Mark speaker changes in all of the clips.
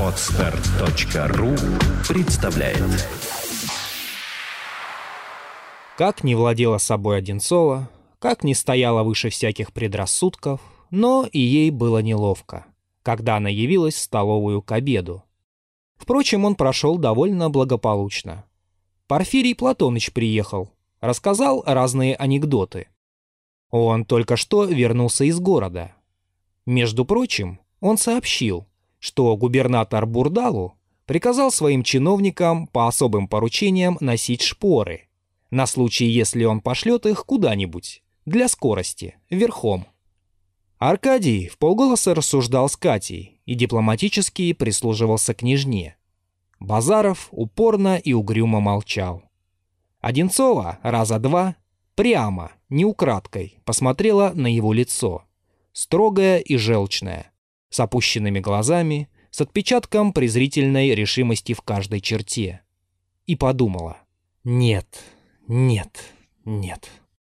Speaker 1: Podster.ru представляет.
Speaker 2: Как не владела собой Одинцова, как не стояла выше всяких предрассудков, но и ей было неловко, когда она явилась в столовую к обеду. Впрочем, он прошел довольно благополучно. Порфирий Платоныч приехал, рассказал разные анекдоты. Он только что вернулся из города. Между прочим, он сообщил, что губернатор Бурдалу приказал своим чиновникам по особым поручениям носить шпоры, на случай, если он пошлет их куда-нибудь, для скорости, верхом. Аркадий вполголоса рассуждал с Катей и дипломатически прислуживался княжне. Базаров упорно и угрюмо молчал. Одинцова раза два, прямо, не украдкой, посмотрела на его лицо, строгое и желчное, с опущенными глазами, с отпечатком презрительной решимости в каждой черте. И подумала: нет, нет, нет.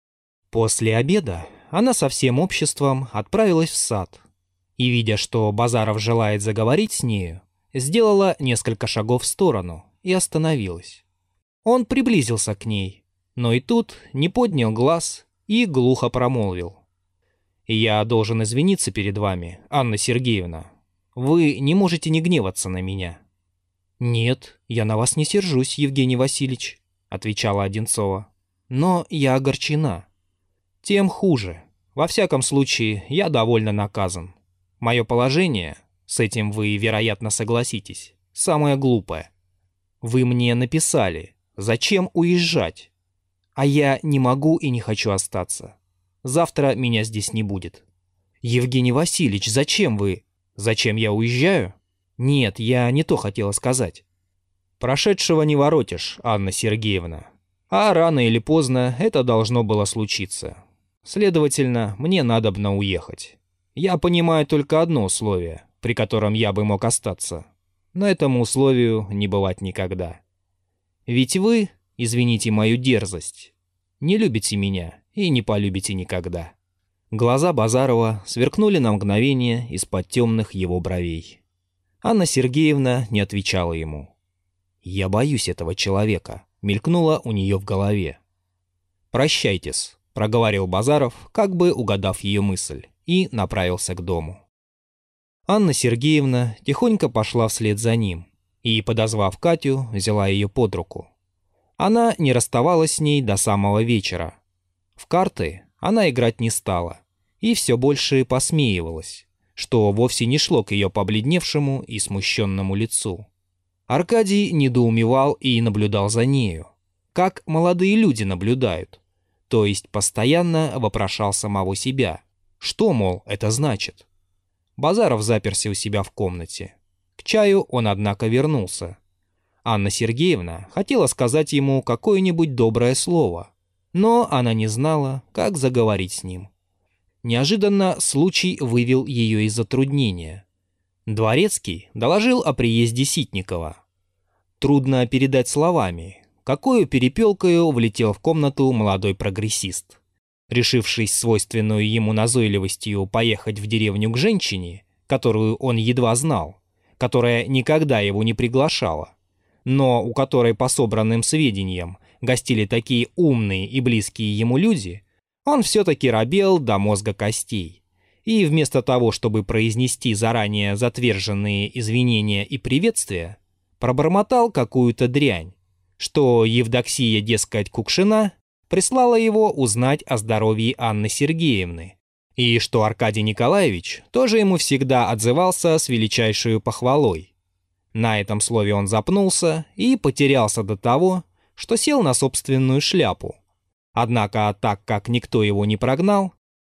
Speaker 2: После обеда она со всем обществом отправилась в сад и, видя, что Базаров желает заговорить с нею, сделала несколько шагов в сторону и остановилась. Он приблизился к ней, но и тут не поднял глаз и глухо промолвил: «Я должен извиниться перед вами, Анна Сергеевна. Вы не можете не гневаться на меня». «Нет, я на вас не сержусь, Евгений Васильевич», — отвечала Одинцова. «Но я огорчена». «Тем хуже. Во всяком случае, я довольно наказан. Мое положение, с этим вы, вероятно, согласитесь, самое глупое. Вы мне написали, зачем уезжать? А я не могу и не хочу остаться. Завтра меня здесь не будет». «Евгений Васильевич, зачем вы?» «Зачем я уезжаю?» «Нет, я не то хотела сказать». «Прошедшего не воротишь, Анна Сергеевна. А рано или поздно это должно было случиться. Следовательно, мне надобно уехать. Я понимаю только одно условие, при котором я бы мог остаться. Но этому условию не бывать никогда. Ведь вы, извините мою дерзость, не любите меня и не полюбите никогда». Глаза Базарова сверкнули на мгновение из-под темных его бровей. Анна Сергеевна не отвечала ему. «Я боюсь этого человека», — мелькнуло у нее в голове. «Прощайтесь», — проговорил Базаров, как бы угадав ее мысль, и направился к дому. Анна Сергеевна тихонько пошла вслед за ним и, подозвав Катю, взяла ее под руку. Она не расставалась с ней до самого вечера. В карты она играть не стала и все больше посмеивалась, что вовсе не шло к ее побледневшему и смущенному лицу. Аркадий недоумевал и наблюдал за нею, как молодые люди наблюдают, то есть постоянно вопрошал самого себя, что, мол, это значит. Базаров заперся у себя в комнате. К чаю он, однако, вернулся. Анна Сергеевна хотела сказать ему какое-нибудь доброе слово, но она не знала, как заговорить с ним. Неожиданно случай вывел ее из затруднения. Дворецкий доложил о приезде Ситникова. Трудно передать словами, какою перепелкою влетел в комнату молодой прогрессист. Решившись свойственную ему назойливостью поехать в деревню к женщине, которую он едва знал, которая никогда его не приглашала, но у которой, по собранным сведениям, гостили такие умные и близкие ему люди, он все-таки робел до мозга костей. И вместо того, чтобы произнести заранее затверженные извинения и приветствия, пробормотал какую-то дрянь, что Евдоксия, дескать, Кукшина, прислала его узнать о здоровье Анны Сергеевны, и что Аркадий Николаевич тоже ему всегда отзывался с величайшей похвалой. На этом слове он запнулся и потерялся до того, что сел на собственную шляпу. Однако, так как никто его не прогнал,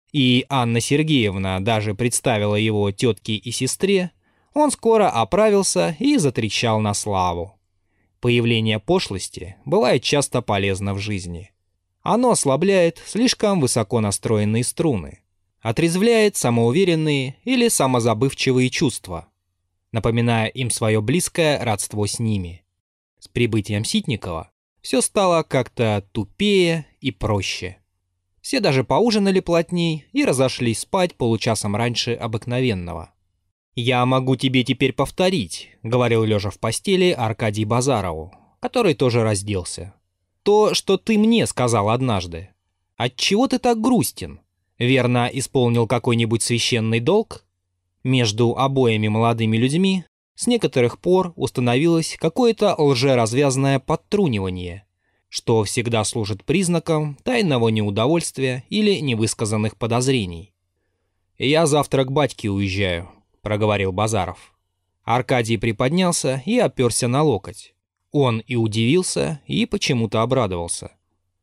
Speaker 2: и Анна Сергеевна даже представила его тетке и сестре, он скоро оправился и затрещал на славу. Появление пошлости бывает часто полезно в жизни. Оно ослабляет слишком высоко настроенные струны, отрезвляет самоуверенные или самозабывчивые чувства, напоминая им свое близкое родство с ними. С прибытием Ситникова все стало как-то тупее и проще. Все даже поужинали плотней и разошлись спать получасом раньше обыкновенного. «Я могу тебе теперь повторить», — говорил лежа в постели Аркадий Базарову, который тоже разделся. «То, что ты мне сказал однажды. Отчего ты так грустен? Верно, исполнил какой-нибудь священный долг?» Между обоими молодыми людьми с некоторых пор установилось какое-то лжеразвязное подтрунивание, что всегда служит признаком тайного неудовольствия или невысказанных подозрений. «Я завтра к батьке уезжаю», — проговорил Базаров. Аркадий приподнялся и оперся на локоть. Он и удивился, и почему-то обрадовался.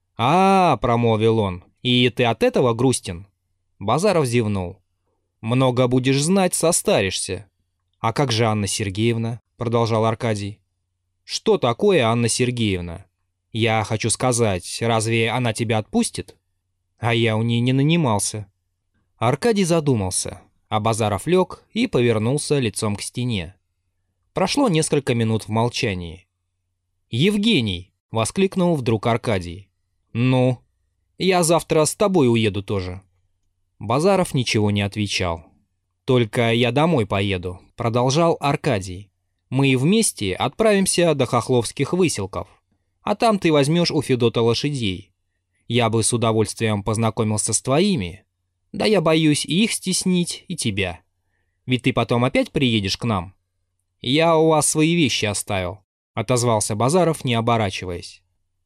Speaker 2: Промолвил он, — «и ты от этого грустен?» Базаров зевнул. «Много будешь знать, состаришься». «А как же Анна Сергеевна?» — продолжал Аркадий. «Что такое Анна Сергеевна? Я хочу сказать, разве она тебя отпустит?» «А я у ней не нанимался». Аркадий задумался, а Базаров лег и повернулся лицом к стене. Прошло несколько минут в молчании. «Евгений!» — воскликнул вдруг Аркадий. «Ну?» «Я завтра с тобой уеду тоже». Базаров ничего не отвечал. «Только я домой поеду», — продолжал Аркадий. «Мы вместе отправимся до Хохловских выселков, а там ты возьмешь у Федота лошадей. Я бы с удовольствием познакомился с твоими. Да я боюсь и их стеснить, и тебя. Ведь ты потом опять приедешь к нам». «Я у вас свои вещи оставил», — отозвался Базаров, не оборачиваясь.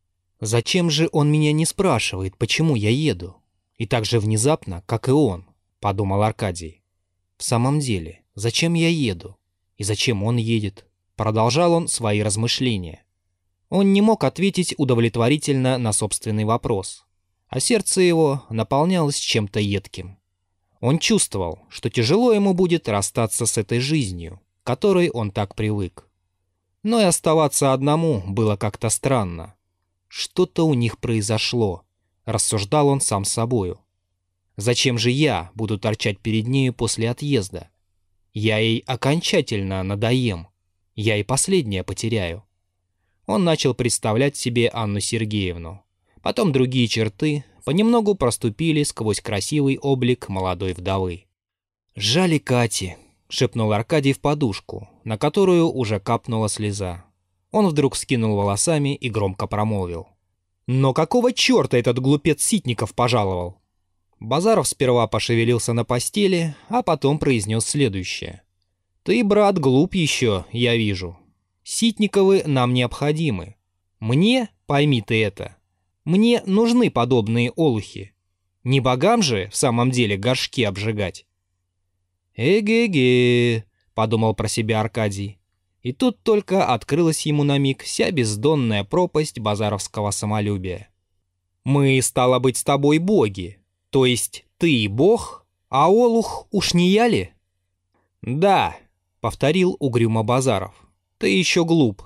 Speaker 2: «Зачем же он меня не спрашивает, почему я еду? И так же внезапно, как и он», — подумал Аркадий. «В самом деле, зачем я еду? И зачем он едет?» Продолжал он свои размышления. Он не мог ответить удовлетворительно на собственный вопрос, а сердце его наполнялось чем-то едким. Он чувствовал, что тяжело ему будет расстаться с этой жизнью, к которой он так привык. Но и оставаться одному было как-то странно. Что-то у них произошло, рассуждал он сам с собою. Зачем же я буду торчать перед нею после отъезда? Я ей окончательно надоем. Я и последнее потеряю. Он начал представлять себе Анну Сергеевну. Потом другие черты понемногу проступили сквозь красивый облик молодой вдовы. «Жаль и Кати», — шепнул Аркадий в подушку, на которую уже капнула слеза. Он вдруг вскинул волосами и громко промолвил: «Но какого черта этот глупец Ситников пожаловал?» Базаров сперва пошевелился на постели, а потом произнес следующее. «Ты, брат, глуп еще, я вижу. Ситниковы нам необходимы. Мне, пойми ты это, мне нужны подобные олухи. Не богам же в самом деле горшки обжигать». «Эге-ге», — подумал про себя Аркадий. И тут только открылась ему на миг вся бездонная пропасть базаровского самолюбия. «Мы, стало быть, с тобой боги, то есть ты бог, а олух уж не я ли?» «Да», — повторил угрюмо Базаров, — «ты еще глуп».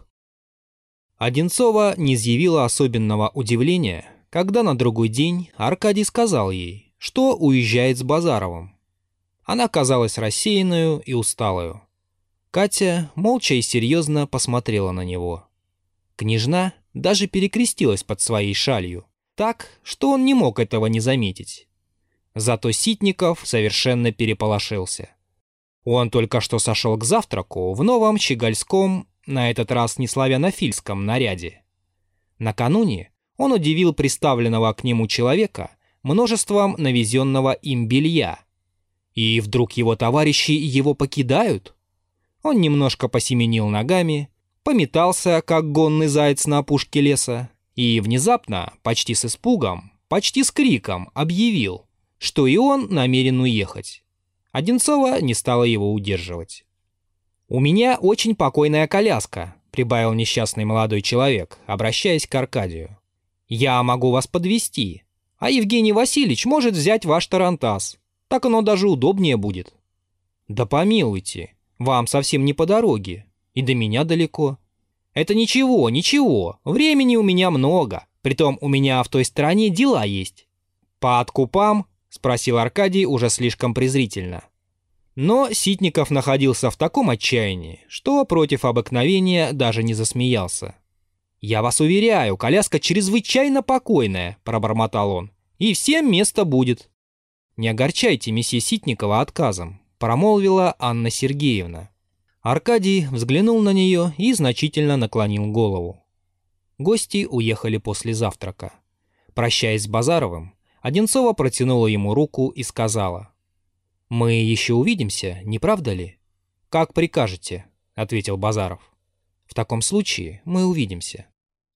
Speaker 2: Одинцова не изъявила особенного удивления, когда на другой день Аркадий сказал ей, что уезжает с Базаровым. Она казалась рассеянную и усталою. Катя молча и серьезно посмотрела на него. Княжна даже перекрестилась под своей шалью, так, что он не мог этого не заметить. Зато Ситников совершенно переполошился. Он только что сошел к завтраку в новом щегольском, на этот раз не славянофильском наряде. Накануне он удивил приставленного к нему человека множеством навезенного им белья. И вдруг его товарищи его покидают? Он немножко посеменил ногами, пометался, как гонный заяц на опушке леса, и внезапно, почти с испугом, почти с криком объявил, что и он намерен уехать. Одинцова не стала его удерживать. «У меня очень покойная коляска», — прибавил несчастный молодой человек, обращаясь к Аркадию. «Я могу вас подвезти, а Евгений Васильевич может взять ваш тарантас. Так оно даже удобнее будет». «Да помилуйте, вам совсем не по дороге, и до меня далеко». «Это ничего, ничего, времени у меня много, притом у меня в той стороне дела есть». «По откупам?» — спросил Аркадий уже слишком презрительно. Но Ситников находился в таком отчаянии, что против обыкновения даже не засмеялся. «Я вас уверяю, коляска чрезвычайно покойная», — пробормотал он, — «и всем место будет». «Не огорчайте месье Ситникова отказом. промолвила Анна Сергеевна. Аркадий взглянул на нее и значительно наклонил голову. Гости уехали после завтрака. Прощаясь с Базаровым, Одинцова протянула ему руку и сказала: «Мы еще увидимся, не правда ли?» «Как прикажете», — ответил Базаров. «В таком случае мы увидимся».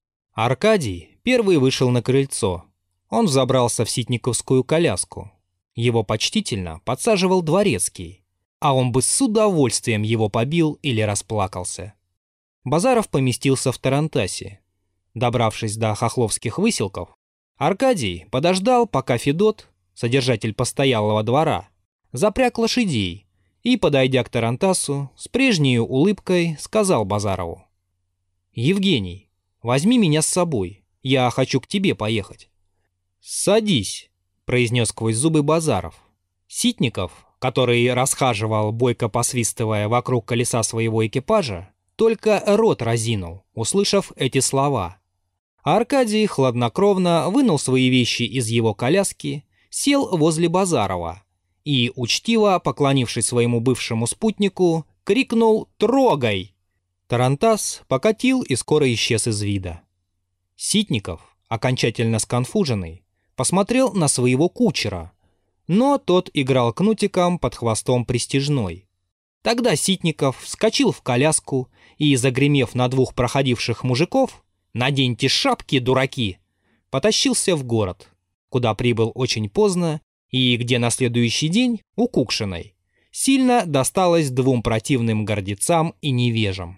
Speaker 2: Аркадий первый вышел на крыльцо. Он взобрался в ситниковскую коляску. Его почтительно подсаживал дворецкий, а он бы с удовольствием его побил или расплакался. Базаров поместился в тарантасе. Добравшись до хохловских выселков, Аркадий подождал, пока Федот, содержатель постоялого двора, запряг лошадей и, подойдя к тарантасу, с прежней улыбкой сказал Базарову: «Евгений, возьми меня с собой, я хочу к тебе поехать». «Садись», — произнес сквозь зубы Базаров. Ситников, который расхаживал, бойко посвистывая вокруг колеса своего экипажа, только рот разинул, услышав эти слова. А Аркадий хладнокровно вынул свои вещи из его коляски, сел возле Базарова и, учтиво поклонившись своему бывшему спутнику, крикнул «Трогай!». Тарантас покатил и скоро исчез из вида. Ситников, окончательно сконфуженный, посмотрел на своего кучера, но тот играл кнутиком под хвостом пристяжной. Тогда Ситников вскочил в коляску и, загремев на двух проходивших мужиков: «Наденьте шапки, дураки!», потащился в город, куда прибыл очень поздно и где на следующий день, у Кукшиной, сильно досталось двум противным гордецам и невежам.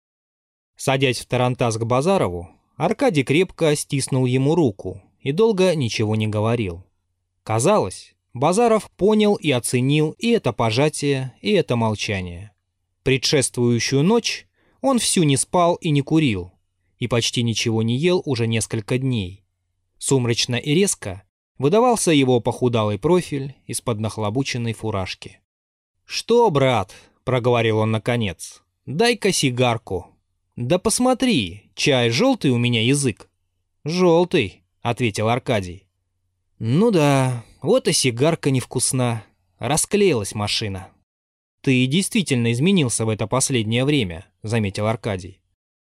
Speaker 2: Садясь в тарантас к Базарову, Аркадий крепко стиснул ему руку и долго ничего не говорил. Казалось, Базаров понял и оценил и это пожатие, и это молчание. Предшествующую ночь он всю не спал и не курил, и почти ничего не ел уже несколько дней. Сумрачно и резко выдавался его похудалый профиль из-под нахлобученной фуражки. «Что, брат?» — проговорил он наконец. «Дай-ка сигарку». «Да посмотри, чай желтый у меня язык». «Желтый», — ответил Аркадий. «Ну да, вот и сигарка невкусна. Расклеилась машина». «Ты действительно изменился в это последнее время», — заметил Аркадий.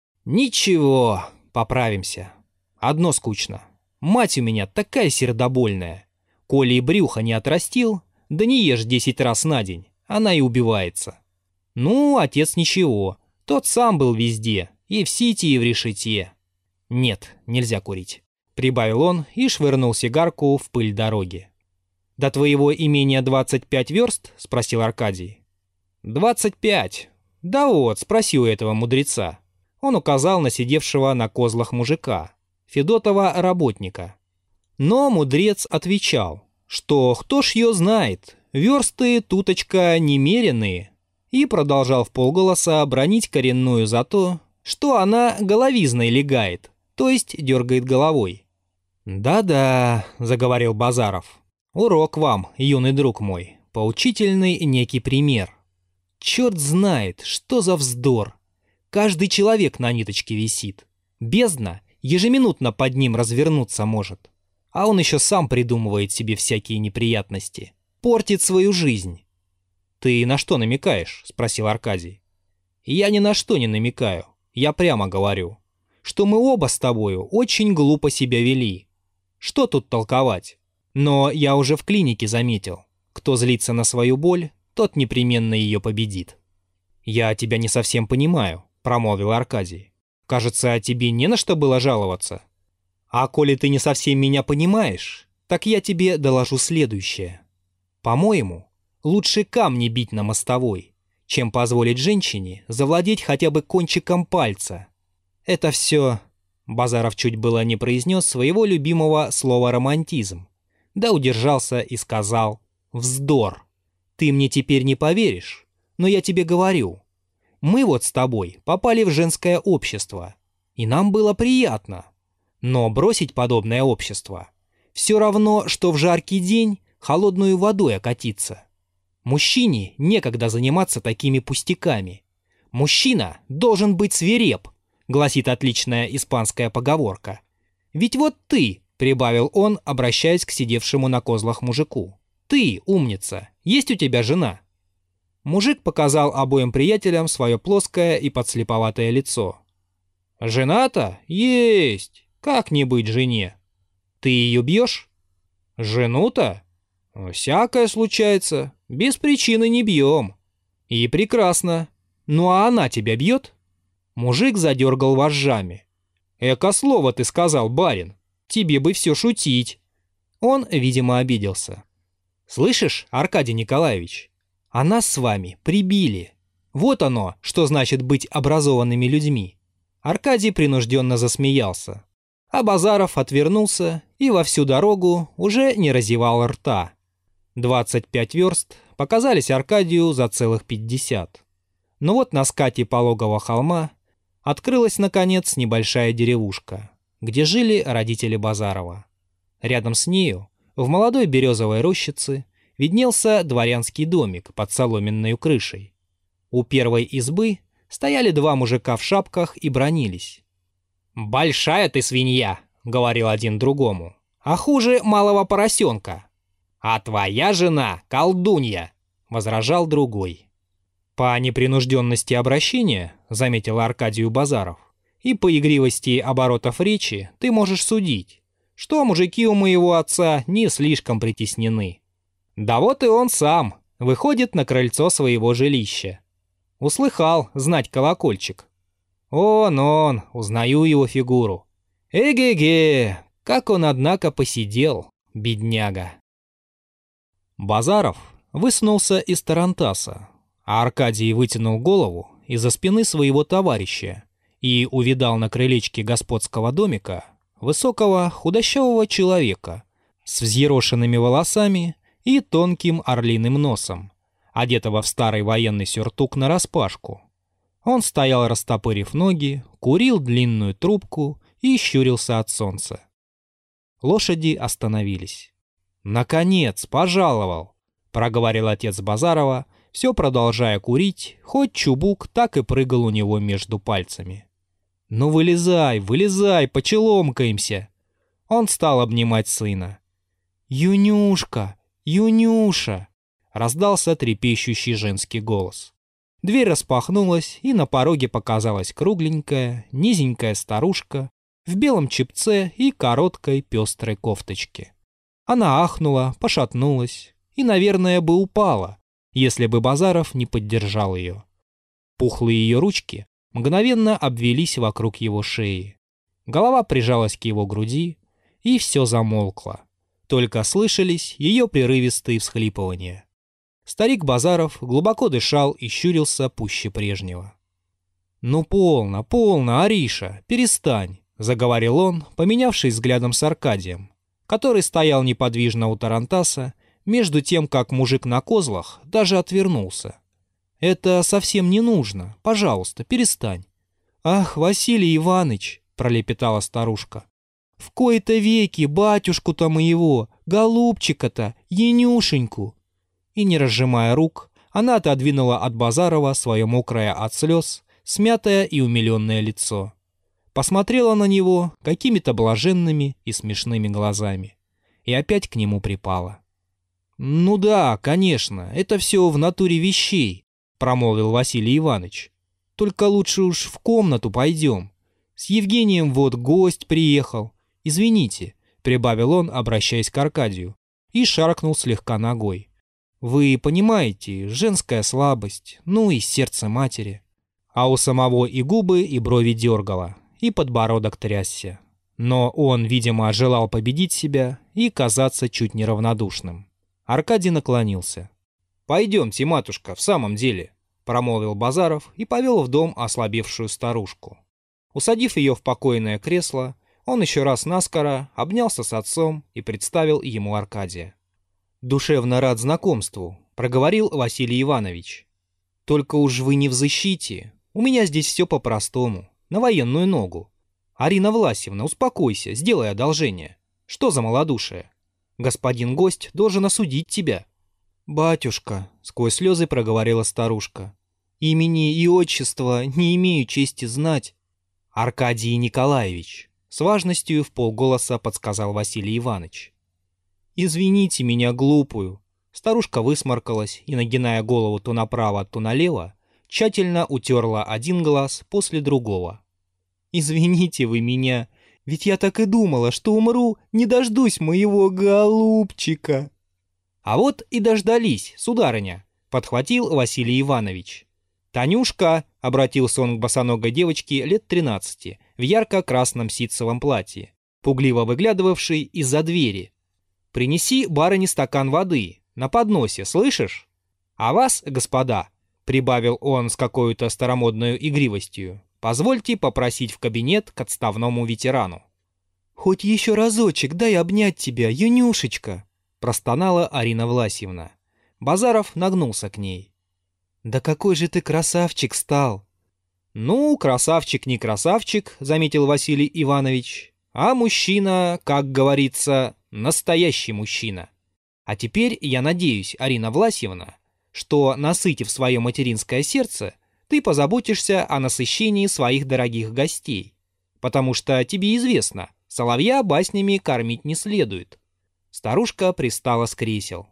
Speaker 2: «Ничего, поправимся. Одно скучно. Мать у меня такая сердобольная. Коли и брюхо не отрастил, да не ешь 10 раз на день, она и убивается. Ну, отец ничего, тот сам был везде, и в Сити, и в Решете. Нет, нельзя курить», — прибавил он и швырнул сигарку в пыль дороги. «До твоего имения 25 верст?» — спросил Аркадий. 25. Да вот, спроси у этого мудреца». Он указал на сидевшего на козлах мужика, Федотова работника. Но мудрец отвечал, что кто ж ее знает, версты туточка немеренные, и продолжал вполголоса бранить коренную за то, что она головизной легает, то есть дергает головой. «Да-да», — заговорил Базаров, — «урок вам, юный друг мой, поучительный некий пример. Черт знает, что за вздор. Каждый человек на ниточке висит. Бездна ежеминутно под ним развернуться может. А он еще сам придумывает себе всякие неприятности. Портит свою жизнь». «Ты на что намекаешь?» — спросил Аркадий. «Я ни на что не намекаю. Я прямо говорю, что мы оба с тобою очень глупо себя вели. Что тут толковать? Но я уже в клинике заметил, кто злится на свою боль, тот непременно ее победит». «Я тебя не совсем понимаю», — промолвил Аркадий. «Кажется, тебе не на что было жаловаться. А коли ты не совсем меня понимаешь, так я тебе доложу следующее. По-моему, лучше камни бить на мостовой, чем позволить женщине завладеть хотя бы кончиком пальца. Это все...» Базаров чуть было не произнес своего любимого слова «романтизм», да удержался и сказал «вздор». «Ты мне теперь не поверишь, но я тебе говорю. Мы вот с тобой попали в женское общество, и нам было приятно. Но бросить подобное общество все равно, что в жаркий день холодную водой окатиться. Мужчине некогда заниматься такими пустяками. Мужчина должен быть свиреп», гласит отличная испанская поговорка. «Ведь вот ты», — прибавил он, обращаясь к сидевшему на козлах мужику, «ты, умница, есть у тебя жена?» Мужик показал обоим приятелям свое плоское и подслеповатое лицо. «Жена-то? Есть! Как не быть жене? Ты ее бьешь? Жену-то? Всякое случается, без причины не бьем. И прекрасно. Ну а она тебя бьет?» Мужик задергал вожжами. «Эко слово ты сказал, барин, тебе бы все шутить». Он, видимо, обиделся. «Слышишь, Аркадий Николаевич, а нас с вами прибили. Вот оно, что значит быть образованными людьми». Аркадий принужденно засмеялся, а Базаров отвернулся и во всю дорогу уже не разевал рта. 25 верст показались Аркадию за целых 50. Но вот на скате пологого холма открылась, наконец, небольшая деревушка, где жили родители Базарова. Рядом с нею, в молодой березовой рощице, виднелся дворянский домик под соломенной крышей. У первой избы стояли два мужика в шапках и бранились. «Большая ты свинья», — говорил один другому, — «а хуже малого поросенка». «А твоя жена — колдунья», — возражал другой. «По непринужденности обращения, — заметил Аркадию Базаров, — и по игривости оборотов речи ты можешь судить, что мужики у моего отца не слишком притеснены. Да вот и он сам выходит на крыльцо своего жилища. Услыхал знать колокольчик. Он, узнаю его фигуру. Эге-ге, как он, однако, посидел, бедняга». Базаров высунулся из тарантаса, а Аркадий вытянул голову из-за спины своего товарища и увидал на крылечке господского домика высокого худощавого человека с взъерошенными волосами и тонким орлиным носом, одетого в старый военный сюртук нараспашку. Он стоял, растопырив ноги, курил длинную трубку и щурился от солнца. Лошади остановились. «Наконец, пожаловал!» — проговорил отец Базарова, все продолжая курить, хоть чубук так и прыгал у него между пальцами. «Ну вылезай, почеломкаемся!» Он стал обнимать сына. «Юнюшка, Юнюша!» — раздался трепещущий женский голос. Дверь распахнулась, и на пороге показалась кругленькая, низенькая старушка в белом чепце и короткой пестрой кофточке. Она ахнула, пошатнулась и, наверное, бы упала, если бы Базаров не поддержал ее. Пухлые ее ручки мгновенно обвелись вокруг его шеи. Голова прижалась к его груди, и все замолкло. Только слышались ее прерывистые всхлипывания. Старик Базаров глубоко дышал и щурился пуще прежнего. «Ну полно, Ариша, перестань», — заговорил он, поменявшись взглядом с Аркадием, который стоял неподвижно у тарантаса, между тем, как мужик на козлах даже отвернулся. «Это совсем не нужно. Пожалуйста, перестань». «Ах, Василий Иваныч», — пролепетала старушка, — «в кои-то веки батюшку-то моего, голубчика-то, Енюшеньку». И, не разжимая рук, она отодвинула от Базарова свое мокрое от слез, смятое и умиленное лицо. Посмотрела на него какими-то блаженными и смешными глазами. И опять к нему припала. «Ну да, конечно, это все в натуре вещей», — промолвил Василий Иваныч. «Только лучше уж в комнату пойдем. С Евгением вот гость приехал. Извините», — прибавил он, обращаясь к Аркадию, и шаркнул слегка ногой. «Вы понимаете, женская слабость, ну и сердце матери». А у самого и губы, и брови дергало, и подбородок трясся. Но он, видимо, желал победить себя и казаться чуть неравнодушным. Аркадий наклонился. «Пойдемте, матушка, в самом деле», — промолвил Базаров и повел в дом ослабевшую старушку. Усадив ее в покойное кресло, он еще раз наскоро обнялся с отцом и представил ему Аркадия. «Душевно рад знакомству», — проговорил Василий Иванович. «Только уж вы не взыщите. У меня здесь все по-простому, на военную ногу. Арина Власьевна, успокойся, сделай одолжение. Что за малодушие? Господин гость должен осудить тебя». «Батюшка», — сквозь слезы проговорила старушка, — «имени и отчества не имею чести знать». «Аркадий Николаевич», — с важностью вполголоса подсказал Василий Иванович. «Извините меня, глупую. Старушка высморкалась и, нагиная голову то направо, то налево, тщательно утерла один глаз после другого. «Извините вы меня, ведь я так и думала, что умру, не дождусь моего голубчика». «А вот и дождались, сударыня», — подхватил Василий Иванович. «Танюшка», — обратился он к босоногой девочке лет 13 в ярко-красном ситцевом платье, пугливо выглядывавшей из-за двери, «принеси барыне стакан воды, на подносе, слышишь? А вас, господа», — прибавил он с какой-то старомодной игривостью, «позвольте попросить в кабинет к отставному ветерану». «Хоть еще разочек дай обнять тебя, Юнюшечка», — простонала Арина Власьевна. Базаров нагнулся к ней. «Да какой же ты красавчик стал!» «Ну, красавчик не красавчик», — заметил Василий Иванович, «а мужчина, как говорится, настоящий мужчина. А теперь я надеюсь, Арина Власьевна, что, насытив свое материнское сердце, ты позаботишься о насыщении своих дорогих гостей, потому что тебе известно, соловья баснями кормить не следует». Старушка пристала с кресел.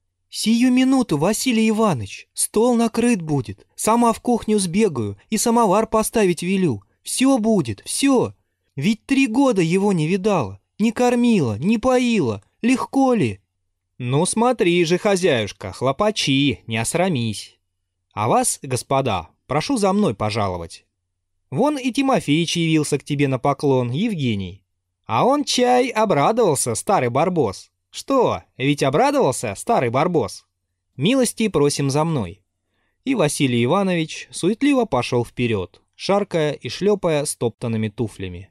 Speaker 2: «Сию минуту, Василий Иванович, стол накрыт будет, сама в кухню сбегаю и самовар поставить велю. Все будет, все. Ведь 3 года его не видала, не кормила, не поила, легко ли?» «Ну смотри же, хозяюшка, хлопачи, не осрамись. А вас, господа, прошу за мной пожаловать. Вон и Тимофеич явился к тебе на поклон, Евгений. А он, чай, обрадовался, старый барбос. Что, ведь обрадовался, старый барбос? Милости просим за мной». И Василий Иванович суетливо пошел вперед, шаркая и шлепая стоптанными туфлями.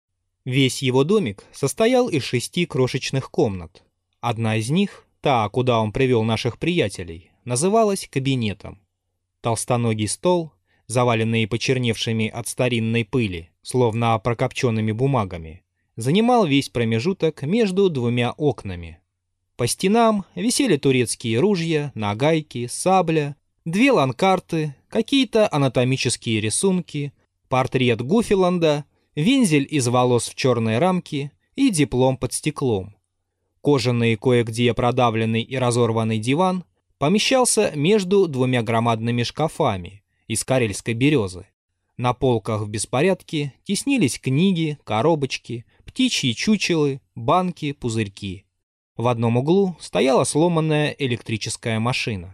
Speaker 2: Весь его домик состоял из 6 крошечных комнат. Одна из них, та, куда он привел наших приятелей, называлась кабинетом. Толстоногий стол, заваленный почерневшими от старинной пыли, словно прокопченными бумагами, занимал весь промежуток между 2 окнами. По стенам висели турецкие ружья, нагайки, сабля, 2 ланкарты, какие-то анатомические рисунки, портрет Гуфиланда, вензель из волос в черной рамке и диплом под стеклом. Кожаный, кое-где продавленный и разорванный диван помещался между 2 громадными шкафами из карельской березы. На полках в беспорядке теснились книги, коробочки, птичьи чучелы, банки, пузырьки. В одном углу стояла сломанная электрическая машина.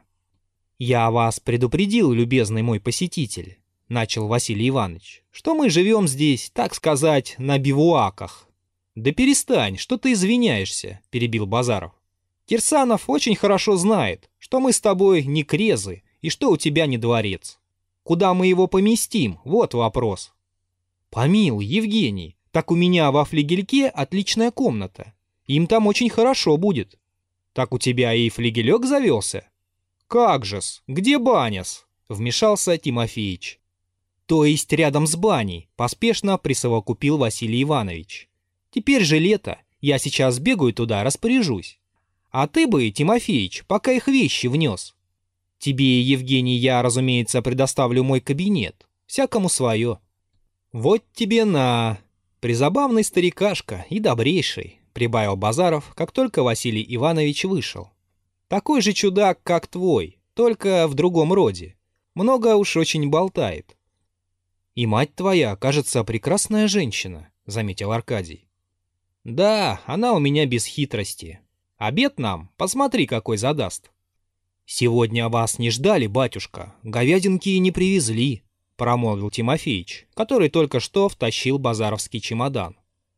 Speaker 2: «Я вас предупредил, любезный мой посетитель», — начал Василий Иванович, «что мы живем здесь, так сказать, на бивуаках». «Да перестань, что ты извиняешься», — перебил Базаров. «Кирсанов очень хорошо знает, что мы с тобой не крезы и что у тебя не дворец. Куда мы его поместим, вот вопрос». «Помилуй, Евгений, так у меня во флигельке отличная комната. Им там очень хорошо будет». «Так у тебя и флигелек завелся?» «Как же-с, где баня-с?» — вмешался Тимофеич. «То есть рядом с баней», — поспешно присовокупил Василий Иванович. «Теперь же лето, я сейчас бегаю туда, распоряжусь. А ты бы, Тимофеич, пока их вещи внес. Тебе, Евгений, я, разумеется, предоставлю мой кабинет. Всякому свое». «Вот тебе на...» «Призабавный старикашка и добрейший», — прибавил Базаров, как только Василий Иванович вышел. «Такой же чудак, как твой, только в другом роде. Много уж очень болтает». «И мать твоя, кажется, прекрасная женщина», — заметил Аркадий. «Да, она у меня без хитрости. Обед нам, посмотри, какой задаст». «Сегодня вас не ждали, батюшка, говядинки не привезли», — промолвил Тимофеич, который только что втащил базаровский чемодан.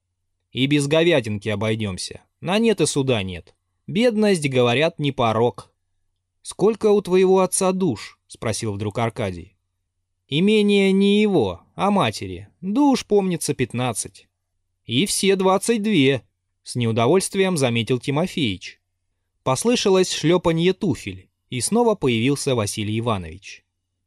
Speaker 2: «И без говядинки обойдемся. На нет и суда нет. Бедность, говорят, не порок». «Сколько у твоего отца душ?» — спросил вдруг Аркадий. «Имение не его, а матери. Душ, помнится, 15. «И все 22», — с неудовольствием заметил Тимофеич. Послышалось шлепанье туфель, и снова появился Василий Иванович.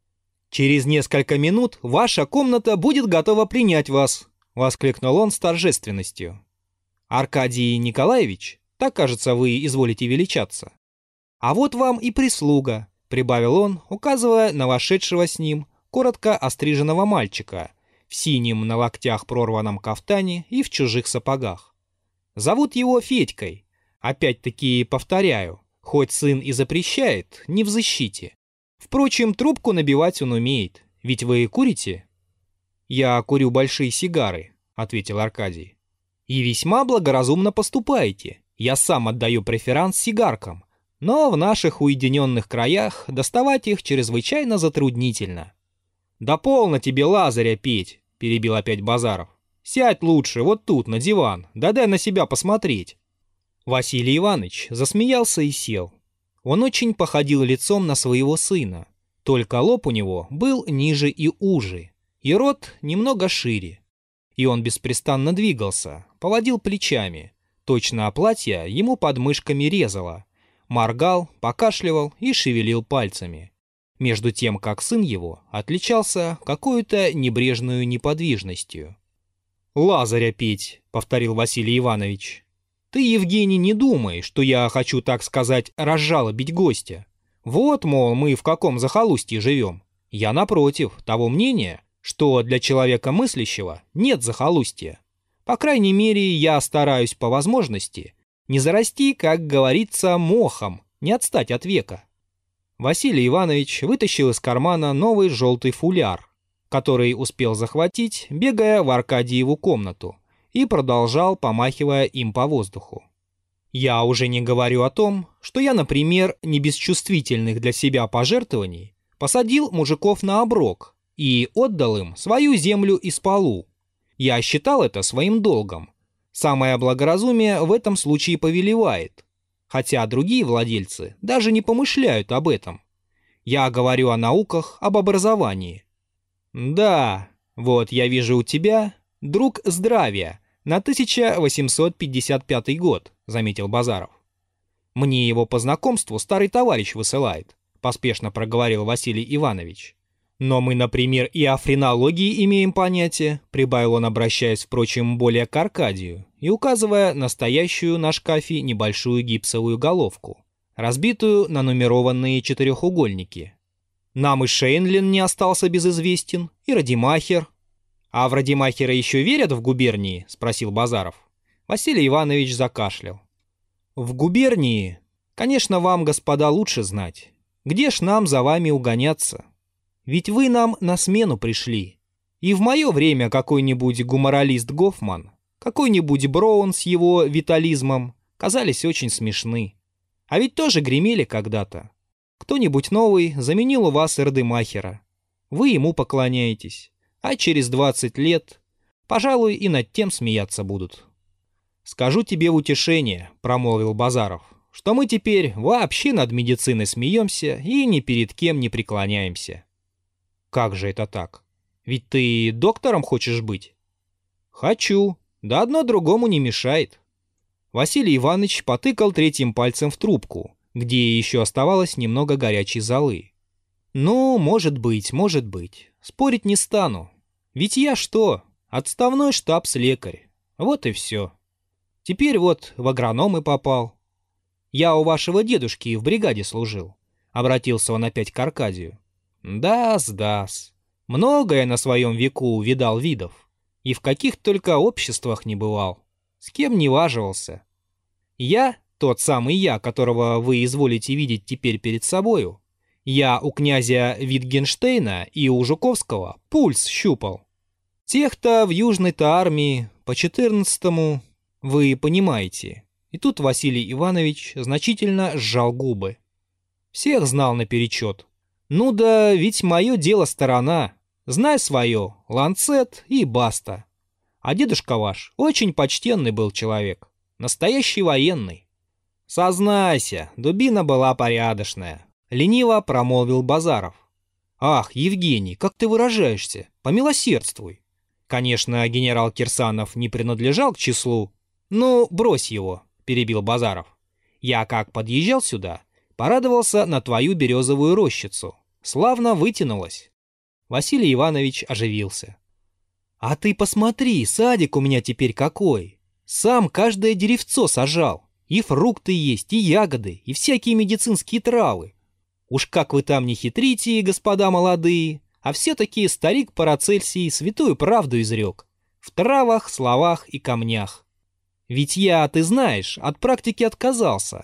Speaker 2: «Через несколько минут ваша комната будет готова принять вас», — воскликнул он с торжественностью. «Аркадий Николаевич, так, кажется, вы изволите величаться. А вот вам и прислуга», — прибавил он, указывая на вошедшего с ним коротко остриженного мальчика в синем на локтях прорванном кафтане и в чужих сапогах. «Зовут его Федькой. Опять-таки повторяю, Хоть сын и запрещает, не в защите. Впрочем, трубку набивать он умеет. Ведь вы курите?» «Я курю большие сигары», — ответил Аркадий. «И весьма благоразумно поступаете. Я сам отдаю преферанс сигаркам. Но в наших уединенных краях доставать их чрезвычайно затруднительно». «Да полно тебе Лазаря петь», — перебил опять Базаров. «Сядь лучше вот тут, на диван, да дай на себя посмотреть». Василий Иванович засмеялся и сел. Он очень походил лицом на своего сына, только лоб у него был ниже и уже, и рот немного шире. И он беспрестанно двигался, поводил плечами, точно платье ему под мышками резало, моргал, покашливал и шевелил пальцами. Между тем, как сын его отличался какой-то небрежную неподвижностью. «Лазаря петь», — повторил Василий Иванович. «Ты, Евгений, не думай, что я хочу, так сказать, разжалобить гостя. Вот, мол, мы в каком захолустье живем. Я, напротив, того мнения, что для человека мыслящего нет захолустья. По крайней мере, я стараюсь по возможности не зарасти, как говорится, мохом, не отстать от века». Василий Иванович вытащил из кармана новый желтый фуляр, который успел захватить, бегая в Аркадиеву комнату, и продолжал, помахивая им по воздуху. «Я уже не говорю о том, что я, например, не без чувствительных для себя пожертвований посадил мужиков на оброк и отдал им свою землю из полу. Я считал это своим долгом. Самое благоразумие в этом случае повелевает, хотя другие владельцы даже не помышляют об этом. Я говорю о науках, об образовании. Да, вот я вижу у тебя друг здравия на 1855 год, заметил Базаров. Мне его по знакомству старый товарищ высылает, поспешно проговорил Василий Иванович. Но мы, например, и о френологии имеем понятие, прибавил он, обращаясь, впрочем, более к Аркадию и указывая на стоящую на шкафе небольшую гипсовую головку, разбитую на нумерованные четырехугольники. Нам и Шейнлин не остался безызвестен, и Радимахер. «А в Радимахера еще верят в губернии?» — спросил Базаров. Василий Иванович закашлял. «В губернии, конечно, вам, господа, лучше знать. Где ж нам за вами угоняться? Ведь вы нам на смену пришли. И в мое время какой-нибудь гуморалист Гофман, какой-нибудь Броун с его витализмом казались очень смешны. А ведь тоже гремели когда-то. Кто-нибудь новый заменил у вас Эрдемахера. Вы ему поклоняетесь, а через 20 лет, пожалуй, и над тем смеяться будут». «Скажу тебе в утешение», — промолвил Базаров, «что мы теперь вообще над медициной смеемся и ни перед кем не преклоняемся». «Как же это так? Ведь ты доктором хочешь быть?» «Хочу, да одно другому не мешает». Василий Иванович потыкал третьим пальцем в трубку, где еще оставалось немного горячей золы. «Ну, может быть, может быть. Спорить не стану. Ведь я что? Отставной штабс-лекарь. Вот и все. Теперь вот в агрономы попал. Я у вашего дедушки в бригаде служил», — обратился он опять к Аркадию. «Да-с. Многое на своем веку видал видов. И в каких только обществах не бывал. С кем не важивался. Я, тот самый я, которого вы изволите видеть теперь перед собою, я у князя Витгенштейна и у Жуковского пульс щупал. Тех-то в Южной-то армии по 14-му, вы понимаете». И тут Василий Иванович значительно сжал губы. «Всех знал наперечет. Ну да, ведь мое дело сторона. Знай свое, ланцет и баста. А дедушка ваш очень почтенный был человек. Настоящий военный». «Сознайся, дубина была порядочная», — лениво промолвил Базаров. «Ах, Евгений, как ты выражаешься? Помилосердствуй». Конечно, генерал Кирсанов не принадлежал к числу. «Ну, брось его», — перебил Базаров. «Я как подъезжал сюда, порадовался на твою березовую рощицу. Славно вытянулась». Василий Иванович оживился. «А ты посмотри, садик у меня теперь какой. Сам каждое деревцо сажал. И фрукты есть, и ягоды, и всякие медицинские травы. Уж как вы там не хитрите, господа молодые, а все-таки старик Парацельсий святую правду изрек. В травах, словах и камнях. Ведь я, ты знаешь, от практики отказался,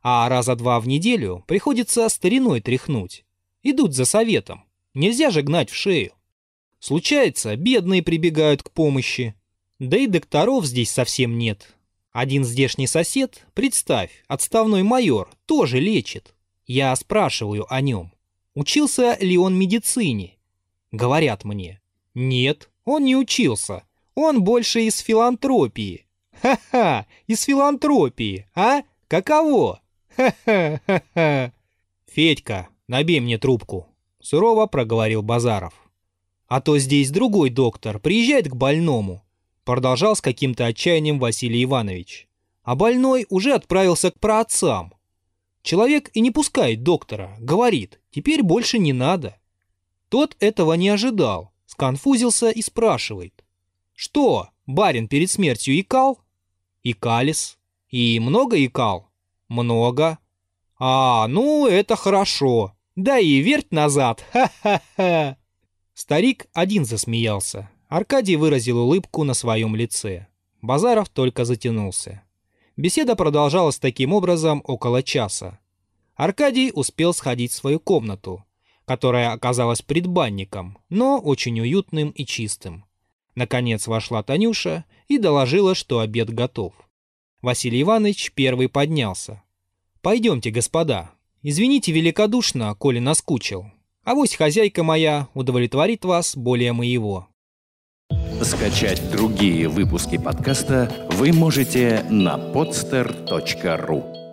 Speaker 2: А раза 2 в неделю приходится стариной тряхнуть. Идут за советом. Нельзя же гнать в шею. Случается, бедные прибегают к помощи. Да и докторов здесь совсем нет. Один здешний сосед, представь, отставной майор, тоже лечит. Я спрашиваю о нем. Учился ли он медицине? Говорят мне. Нет, он не учился. Он больше из филантропии. Ха-ха, из филантропии, а? Каково? Ха-ха-ха-ха. Федька, набей мне трубку, сурово проговорил Базаров. А то здесь другой доктор приезжает к больному. Продолжал с каким-то отчаянием Василий Иванович. А больной уже отправился к праотцам. Человек и не пускает доктора, говорит, теперь больше не надо. Тот этого не ожидал, сконфузился и спрашивает. Что, барин перед смертью икал? Икалис. И много икал? Много. А, ну это хорошо. Да и верть назад, ха-ха-ха. Старик один засмеялся. Аркадий выразил улыбку на своем лице. Базаров только затянулся. Беседа продолжалась таким образом около часа. Аркадий успел сходить в свою комнату, которая оказалась предбанником, но очень уютным и чистым. Наконец вошла Танюша и доложила, что обед готов. Василий Иванович первый поднялся. «Пойдемте, господа. Извините великодушно, коли наскучил. Авось хозяйка моя удовлетворит вас более моего».
Speaker 1: Скачать другие выпуски подкаста вы можете на podster.ru.